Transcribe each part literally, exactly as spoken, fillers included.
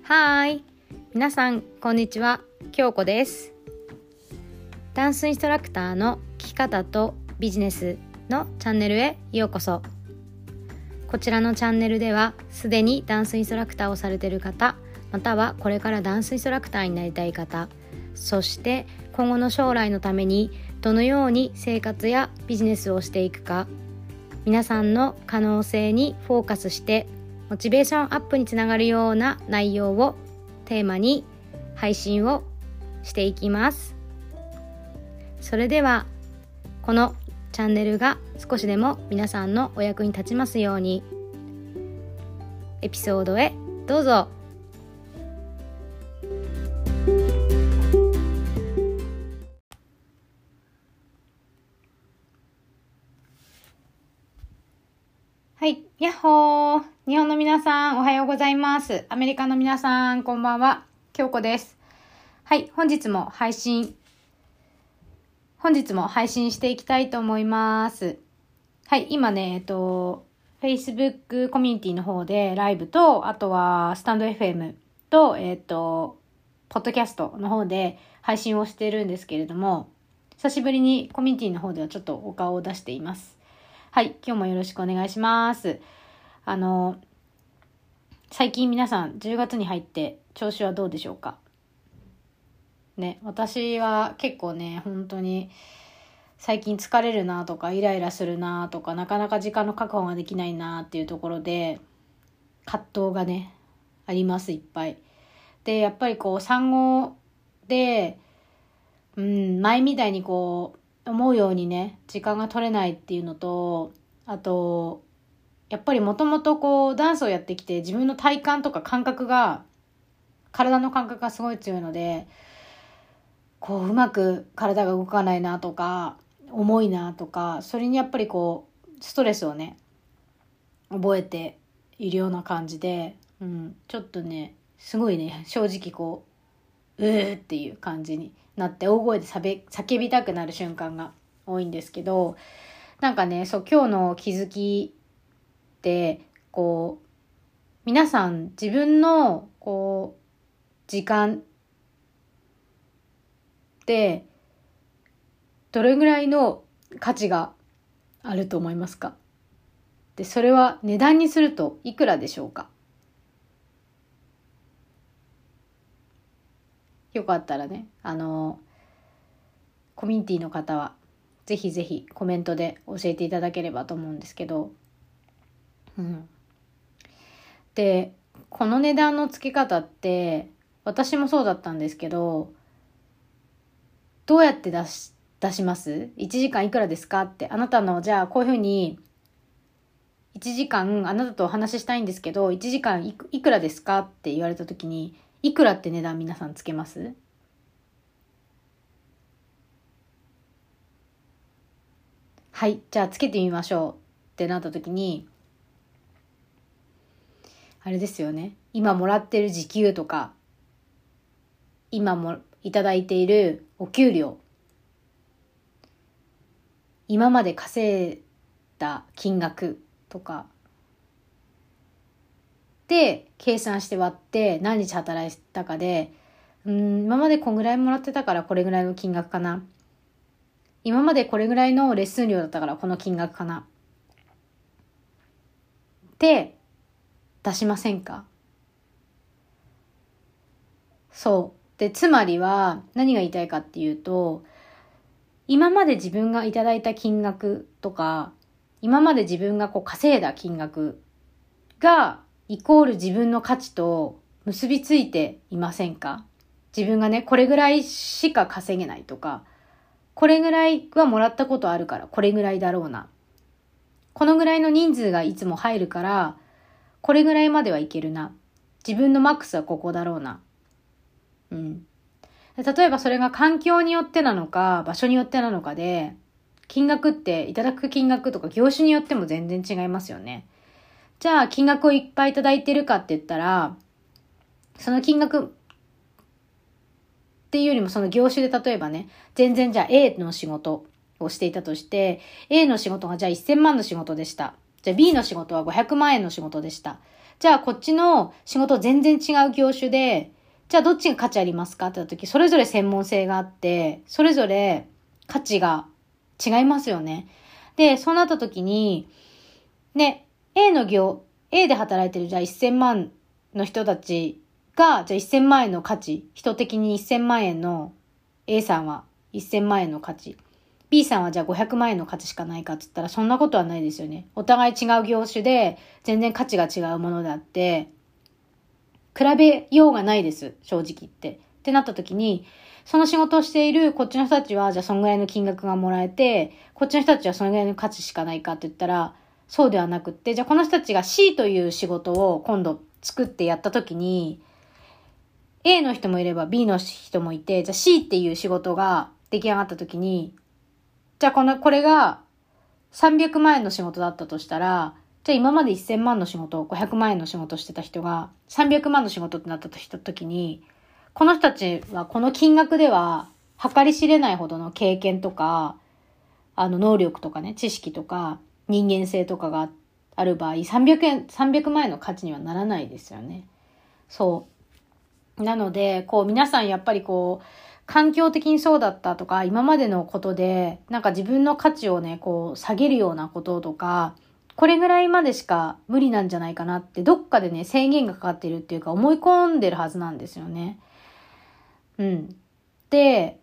はーい、皆さんこんにちは、京子です。ダンスインストラクターの生き方とビジネスのチャンネルへようこそ。こちらのチャンネルではすでにダンスインストラクターをされている方、またはこれからダンスインストラクターになりたい方、そして今後の将来のためにどのように生活やビジネスをしていくか、皆さんの可能性にフォーカスしてモチベーションアップにつながるような内容をテーマに配信をしていきます。それではこのチャンネルが少しでも皆さんのお役に立ちますように、エピソードへどうぞ。はい、やっほー。日本の皆さんおはようございます。アメリカの皆さんこんばんは。京子です。はい、本日も配信本日も配信していきたいと思います。はい、今ね、えっと Facebook コミュニティの方でライブと、あとはスタンド エフエム とえっとポッドキャストの方で配信をしているんですけれども、久しぶりにコミュニティの方ではちょっとお顔を出しています。はい、今日もよろしくお願いします。あの、最近皆さんじゅうがつに入って調子はどうでしょうかね。私は結構ね、本当に最近疲れるなとかイライラするなとか、なかなか時間の確保ができないなっていうところで葛藤がね、あります、いっぱい。で、やっぱりこう産後で、うん、前みたいにこう、思うようにね時間が取れないっていうのと、あとやっぱりもともとこうダンスをやってきて自分の体感とか感覚が体の感覚がすごい強いので、こううまく体が動かないなとか重いなとか、それにやっぱりこうストレスをね覚えているような感じで、うん、ちょっとねすごいね正直こううーっていう感じになって大声で叫びたくなる瞬間が多いんですけど、なんかね、そう今日の気づきってこう皆さん自分のこう時間ってどれぐらいの価値があると思いますか？で、それは値段にするといくらでしょうか？よかったらね、あのコミュニティの方はぜひぜひコメントで教えていただければと思うんですけど、うん、でこの値段の付け方って私もそうだったんですけど、どうやって出し出します？ いち 時間いくらですかって、あなたのじゃあこういうふうにいちじかんあなたとお話ししたいんですけどいちじかんい く, いくらですかって言われた時に、いくらって値段皆さんつけます？はい、じゃあつけてみましょうってなった時に、あれですよね、今もらってる時給とか今もいただいているお給料、今まで稼いだ金額とかで計算して割って何日働いたかで、うーん今までこんぐらいもらってたからこれぐらいの金額かな、今までこれぐらいのレッスン料だったからこの金額かなって出しませんか？そうで、つまりは何が言いたいかっていうと、今まで自分がいただいた金額とか、今まで自分がこう稼いだ金額がイコール自分の価値と結びついていませんか？自分がねこれぐらいしか稼げないとか、これぐらいはもらったことあるからこれぐらいだろうな、このぐらいの人数がいつも入るからこれぐらいまではいけるな、自分のマックスはここだろうな、うん、例えばそれが環境によってなのか場所によってなのかで、金額っていただく金額とか業種によっても全然違いますよね。じゃあ金額をいっぱいいただいてるかって言ったら、その金額っていうよりもその業種で例えばね、全然じゃあ A の仕事をしていたとして、A の仕事がじゃあせんまんの仕事でした。 じゃあ B の仕事はごひゃくまんえんの仕事でした。じゃあこっちの仕事全然違う業種で、じゃあどっちが価値ありますかって言った時、それぞれ専門性があって、それぞれ価値が違いますよね。で、そうなった時に、ね、A の業、A で働いてるじゃあせんまんの人たちが、じゃあせんまん円の価値、人的にせんまん円の A さんはせんまん円の価値。B さんはじゃあごひゃくまん円の価値しかないかって言ったらそんなことはないですよね。お互い違う業種で全然価値が違うものであって、比べようがないです、正直言って。ってなった時に、その仕事をしているこっちの人たちはじゃあそんぐらいの金額がもらえて、こっちの人たちはそのぐらいの価値しかないかって言ったら、そうではなくって、じゃあこの人たちが C という仕事を今度作ってやった時に、A の人もいれば B の人もいて、じゃあ C っていう仕事が出来上がった時に、じゃあこの、これがさんびゃくまん円の仕事だったとしたら、じゃあ今までせんまんの仕事、ごひゃくまん円の仕事してた人がさんびゃくまんの仕事ってなった時に、この人たちはこの金額では計り知れないほどの経験とか、あの能力とかね、知識とか人間性とかがある場合、さんびゃくえん、さんびゃくまん円の価値にはならないですよね。そう。なので、こう皆さんやっぱりこう、環境的にそうだったとか、今までのことで、なんか自分の価値をね、こう下げるようなこととか、これぐらいまでしか無理なんじゃないかなって、どっかでね、制限がかかってるっていうか、思い込んでるはずなんですよね。うん。で、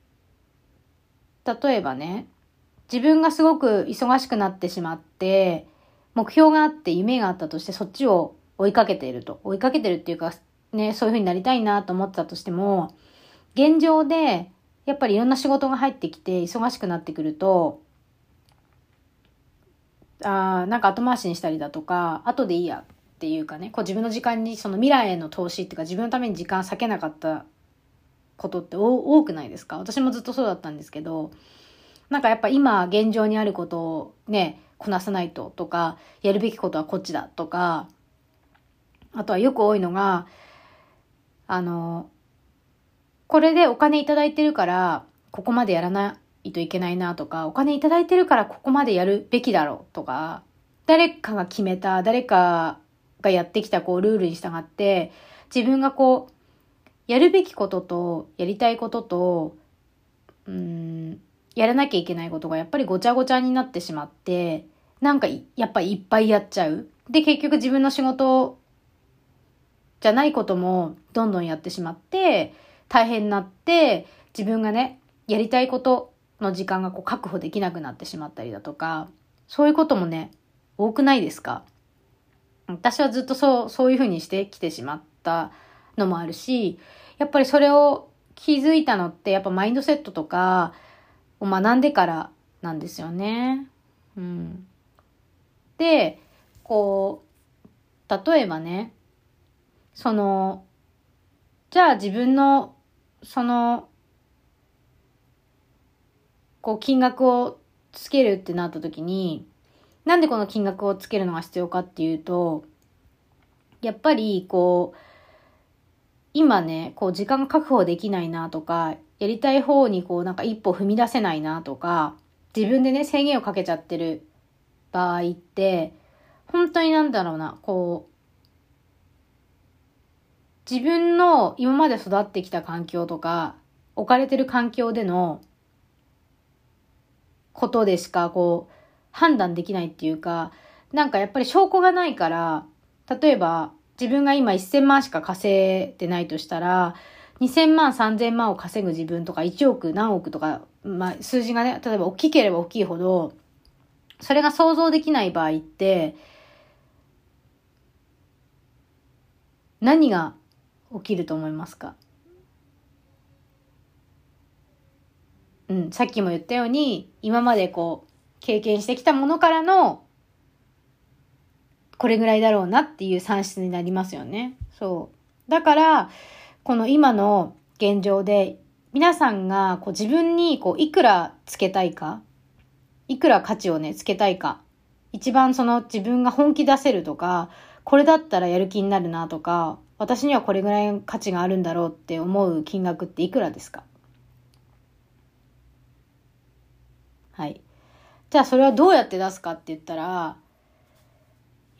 例えばね、自分がすごく忙しくなってしまって、目標があって夢があったとして、そっちを追いかけていると。追いかけてるっていうか、ね、そういう風になりたいなと思ってたとしても、現状で、やっぱりいろんな仕事が入ってきて、忙しくなってくると、あなんか後回しにしたりだとか、後でいいやっていうかね、こう自分の時間に、その未来への投資っていうか、自分のために時間割けなかったことって多くないですか？私もずっとそうだったんですけど、なんかやっぱ今現状にあることをね、こなさないととか、やるべきことはこっちだとか、あとはよく多いのが、あの、これでお金いただいてるから、ここまでやらないといけないなとか、お金いただいてるからここまでやるべきだろうとか、誰かが決めた、誰かがやってきたこうルールに従って、自分がこう、やるべきことと、やりたいことと、うーん、やらなきゃいけないことがやっぱりごちゃごちゃになってしまって、なんかやっぱりいっぱいやっちゃう。で、結局自分の仕事じゃないこともどんどんやってしまって、大変になって、自分がね、やりたいことの時間がこう確保できなくなってしまったりだとか、そういうこともね、多くないですか？私はずっとそう、そういうふうにしてきてしまったのもあるし、やっぱりそれを気づいたのって、やっぱマインドセットとかを学んでからなんですよね。うん。で、こう、例えばね、その、じゃあ自分の、その、こう金額をつけるってなった時に、なんでこの金額をつけるのが必要かっていうと、やっぱりこう、今ね、こう時間が確保できないなとか、やりたい方にこうなんか一歩踏み出せないなとか、自分でね、制限をかけちゃってる場合って、本当になんだろうな、こう、自分の今まで育ってきた環境とか、置かれてる環境でのことでしかこう、判断できないっていうか、なんかやっぱり証拠がないから、例えば自分が今せんまんしか稼いでないとしたら、にせんまんさんぜんまんを稼ぐ自分とかいちおく何億とか、まあ数字がね、例えば大きければ大きいほど、それが想像できない場合って、何が起きると思いますか？うん、さっきも言ったように、今までこう、経験してきたものからの、これぐらいだろうなっていう算出になりますよね。そう。だから、この今の現状で、皆さんがこう自分にこういくらつけたいか、いくら価値をね、つけたいか、一番その自分が本気出せるとか、これだったらやる気になるなとか、私にはこれぐらい価値があるんだろうって思う金額っていくらですか？はい。じゃあそれはどうやって出すかって言ったら、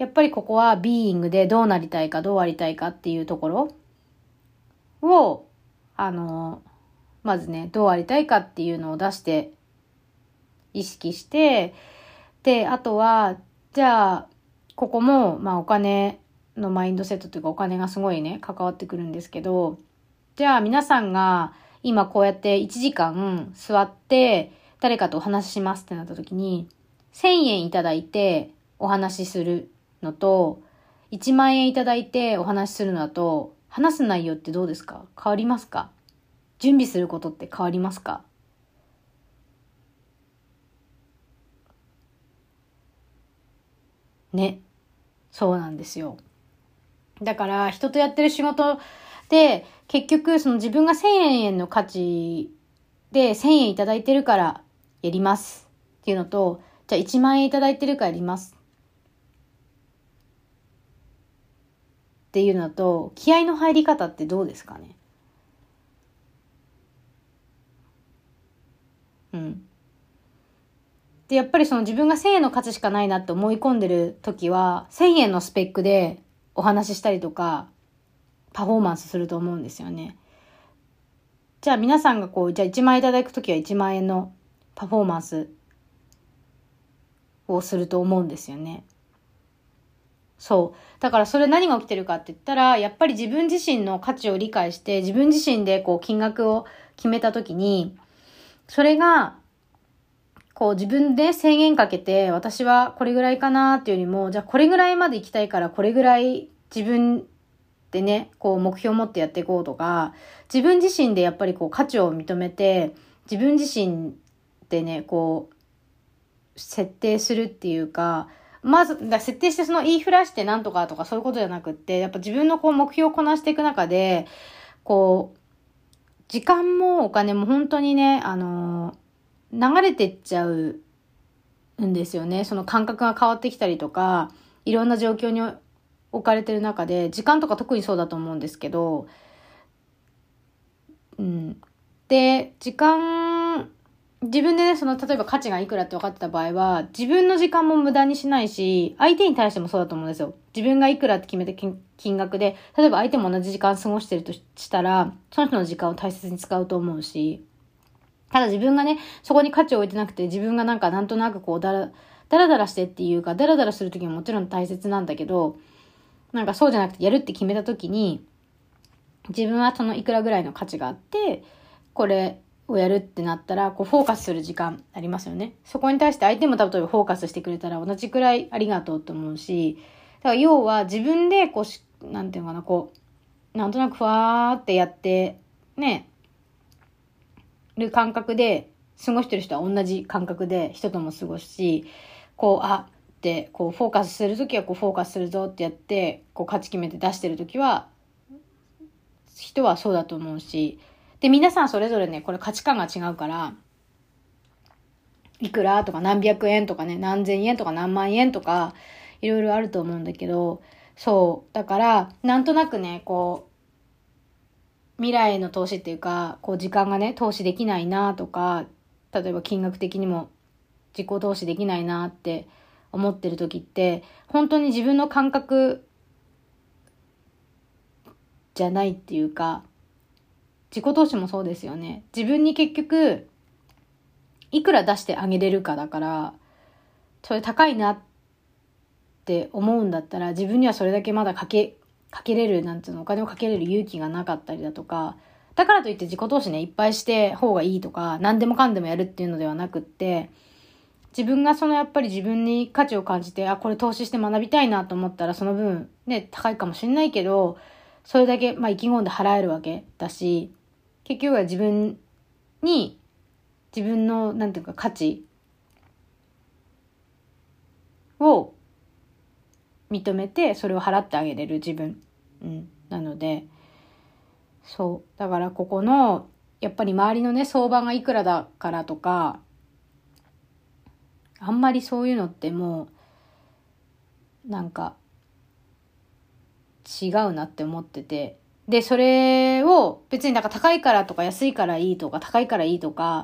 やっぱりここはビーイングでどうなりたいかどうありたいかっていうところを、あの、まずね、どうありたいかっていうのを出して意識して、で、あとは、じゃあ、ここも、まあお金のマインドセットというかお金がすごいね、関わってくるんですけど、じゃあ皆さんが今こうやっていちじかん座って誰かとお話ししますってなった時に、せんえんいただいてお話しするのと、いちまんえんいただいてお話しするのだと、話す内容ってどうですか？変わりますか？準備することって変わりますか？ね。そうなんですよ。だから人とやってる仕事で結局その自分がせんえんの価値でせんえんいただいてるからやりますっていうのと、じゃあいちまんえんいただいてるからやりますっていうのと、気合の入り方ってどうですかね。うん。で、やっぱりその自分がせんえんの価値しかないなって思い込んでる時は、せんえんのスペックでお話ししたりとか、パフォーマンスすると思うんですよね。じゃあ皆さんがこう、じゃあいちまん円いただくときはいちまん円のパフォーマンスをすると思うんですよね。そう。だからそれ何が起きてるかって言ったら、やっぱり自分自身の価値を理解して、自分自身でこう金額を決めたときに、それが、こう自分で制限かけて、私はこれぐらいかなっていうよりも、じゃあこれぐらいまで行きたいからこれぐらい自分でね、こう目標を持ってやっていこうとか、自分自身でやっぱりこう価値を認めて、自分自身でね、こう、設定するっていうか、まず、だ設定してその言いふらしてなんとかとかそういうことじゃなくって、やっぱ自分のこう目標をこなしていく中で、こう、時間もお金も本当にね、あのー、流れてっちゃうんですよね。その感覚が変わってきたりとか、いろんな状況に置かれてる中で、時間とか特にそうだと思うんですけど、うん。で、時間、自分でね、その、例えば価値がいくらって分かってた場合は、自分の時間も無駄にしないし、相手に対してもそうだと思うんですよ。自分がいくらって決めて金金額で、例えば相手も同じ時間過ごしてるとしたら、その人の時間を大切に使うと思うし、ただ自分がね、そこに価値を置いてなくて、自分がなんかなんとなくこう、だら、だらだらしてっていうか、だらだらするときももちろん大切なんだけど、なんかそうじゃなくてやるって決めたときに、自分はそのいくらぐらいの価値があって、これをやるってなったら、こうフォーカスする時間ありますよね。そこに対して相手も例えばフォーカスしてくれたら同じくらいありがとうと思うし、だから要は自分でこうし、なんていうのかな、こう、なんとなくふわーってやって、ね、る感覚で過ごしてる人は同じ感覚で人とも過ごすし、こう、あってこうフォーカスするときはこうフォーカスするぞってやって、こう価値決めて出してるときは、人はそうだと思うし、で、皆さんそれぞれね、これ価値観が違うから、いくらとか何百円とかね、何千円とか何万円とか、いろいろあると思うんだけど、そう。だから、なんとなくね、こう、未来への投資っていうか、こう時間がね、投資できないなとか、例えば金額的にも自己投資できないなって思ってる時って、本当に自分の感覚じゃないっていうか、自己投資もそうですよね。自分に結局、いくら出してあげれるかだから、それ高いなって思うんだったら、自分にはそれだけまだかけ、かけれる、なんていうの、お金をかけれる勇気がなかったりだとか、だからといって自己投資ね、いっぱいして方がいいとか、何でもかんでもやるっていうのではなくって、自分がそのやっぱり自分に価値を感じて、あ、これ投資して学びたいなと思ったら、その分ね、高いかもしれないけど、それだけ、まあ、意気込んで払えるわけだし、結局は自分に、自分の、なんていうか、価値を認めて、それを払ってあげれる自分。うん。なので、そう。だからここの、やっぱり周りのね、相場がいくらだからとか、あんまりそういうのってもう、なんか、違うなって思ってて。で、それを別になんか高いからとか安いからいいとか高いからいいとか、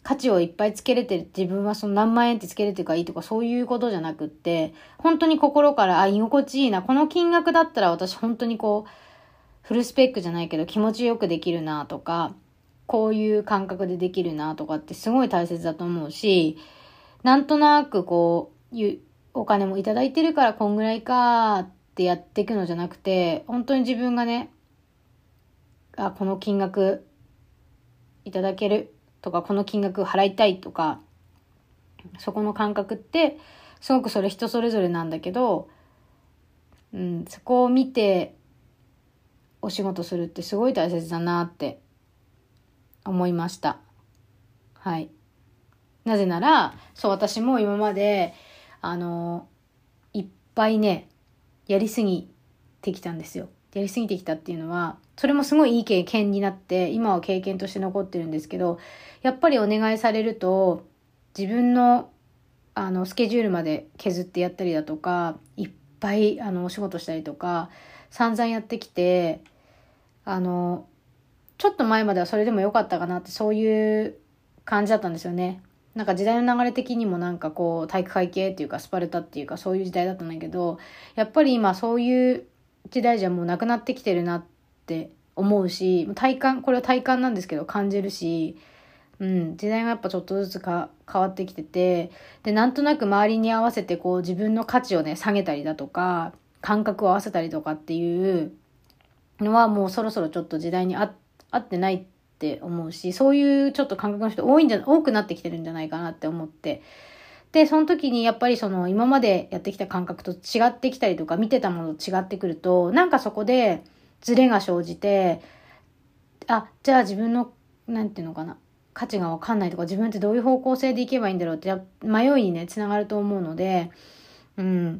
価値をいっぱいつけれてる、自分はその何万円ってつけれてるからいいとかそういうことじゃなくって、本当に心から、あ、居心地いいな、この金額だったら私本当にこう、フルスペックじゃないけど気持ちよくできるなとか、こういう感覚でできるなとかってすごい大切だと思うし、なんとなくこう、お金もいただいてるからこんぐらいかってやっていくのじゃなくて、本当に自分がね、あ、この金額いただけるとか、この金額払いたいとか、そこの感覚ってすごくそれ人それぞれなんだけど、うん、そこを見てお仕事するってすごい大切だなって思いました。はい。なぜなら、そう、私も今まであのいっぱいねやりすぎてきたんですよ。やりすぎてきたっていうのは、それもすごいいい経験になって今は経験として残ってるんですけど、やっぱりお願いされると自分のあのスケジュールまで削ってやったりだとか、いっぱいあのお仕事したりとか散々やってきて、あのちょっと前まではそれでもよかったかなって、そういう感じだったんですよね。なんか時代の流れ的にもなんかこう体育会系っていうかスパルタっていうかそういう時代だったんだけど、やっぱり今そういう時代じゃもうなくなってきてるなって思うし、体感、これは体感なんですけど感じるし、うん、時代がやっぱちょっとずつか変わってきてて、で、なんとなく周りに合わせてこう自分の価値をね下げたりだとか、感覚を合わせたりとかっていうのはもうそろそろちょっと時代に合ってないって思うし、そういうちょっと感覚の人多いんじゃ、多くなってきてるんじゃないかなって思って。で、その時にやっぱりその今までやってきた感覚と違ってきたりとか、見てたものと違ってくると、なんかそこでズレが生じて、あ、じゃあ自分の、なんていうのかな、価値がわかんないとか、自分ってどういう方向性でいけばいいんだろうって迷いにね、つながると思うので、うん。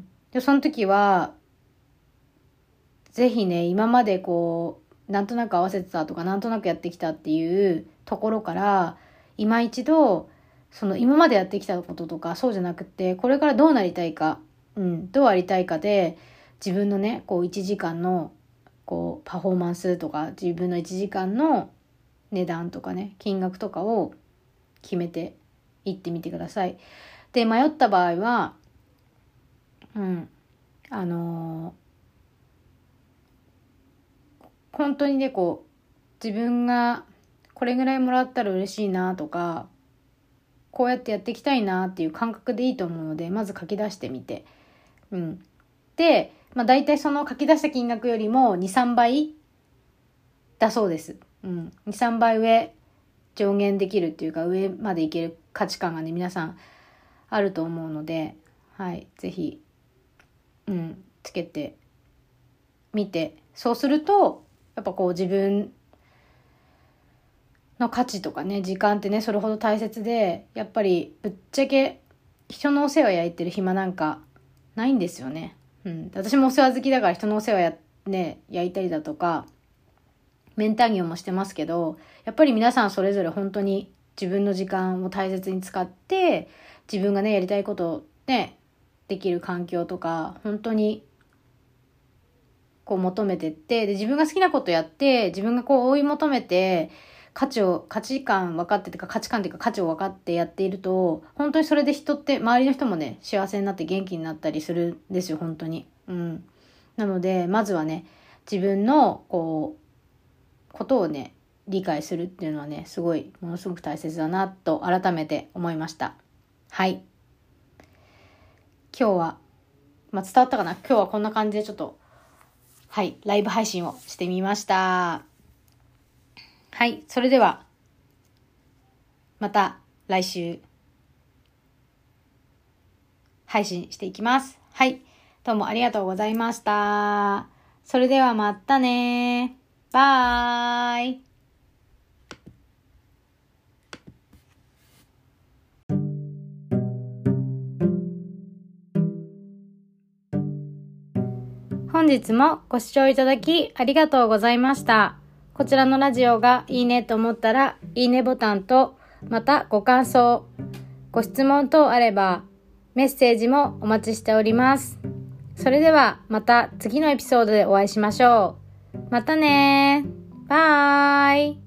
で、その時は、ぜひね、今までこう、なんとなく合わせてたとか、なんとなくやってきたっていうところから、今一度、その今までやってきたこととか、そうじゃなくて、これからどうなりたいか、うん、どうありたいかで、自分のね、こういちじかんの、こう、パフォーマンスとか、自分のいちじかんの値段とかね、金額とかを決めていってみてください。で、迷った場合は、うん、あのー、本当にね、こう、自分がこれぐらいもらったら嬉しいなとか、こうやってやっていきたいなっていう感覚でいいと思うので、まず書き出してみて。うん。で、まあ大体その書き出した金額よりもに、さんばいだそうです。うん。に、さんばい上、上限できるっていうか、上までいける価値観がね、皆さんあると思うので、はい。ぜひ、うん、つけてみて。そうすると、やっぱこう自分の価値とかね、時間ってね、それほど大切で、やっぱりぶっちゃけ人のお世話焼いてる暇なんかないんですよね。うん。私もお世話好きだから人のお世話や、ね、焼いたりだとか、メンター業もしてますけど、やっぱり皆さんそれぞれ本当に自分の時間を大切に使って、自分がね、やりたいことをね、できる環境とか、本当にこう求めてって、で、自分が好きなことやって、自分がこう追い求めて、価値を、価値観分かっててか、価値観っていうか価値を分かってやっていると、本当にそれで人って、周りの人もね、幸せになって元気になったりするんですよ、本当に。うん。なので、まずはね、自分の、こう、ことをね、理解するっていうのはね、すごい、ものすごく大切だな、と改めて思いました。はい。今日は、まあ、伝わったかな？今日はこんな感じでちょっと、はい、ライブ配信をしてみました。はい、それでは、また来週、配信していきます。はい、どうもありがとうございました。それではまたね。バーイ。本日もご視聴いただきありがとうございました。こちらのラジオがいいねと思ったら、いいねボタンと、またご感想、ご質問等あれば、メッセージもお待ちしております。それではまた次のエピソードでお会いしましょう。またねー。バイ。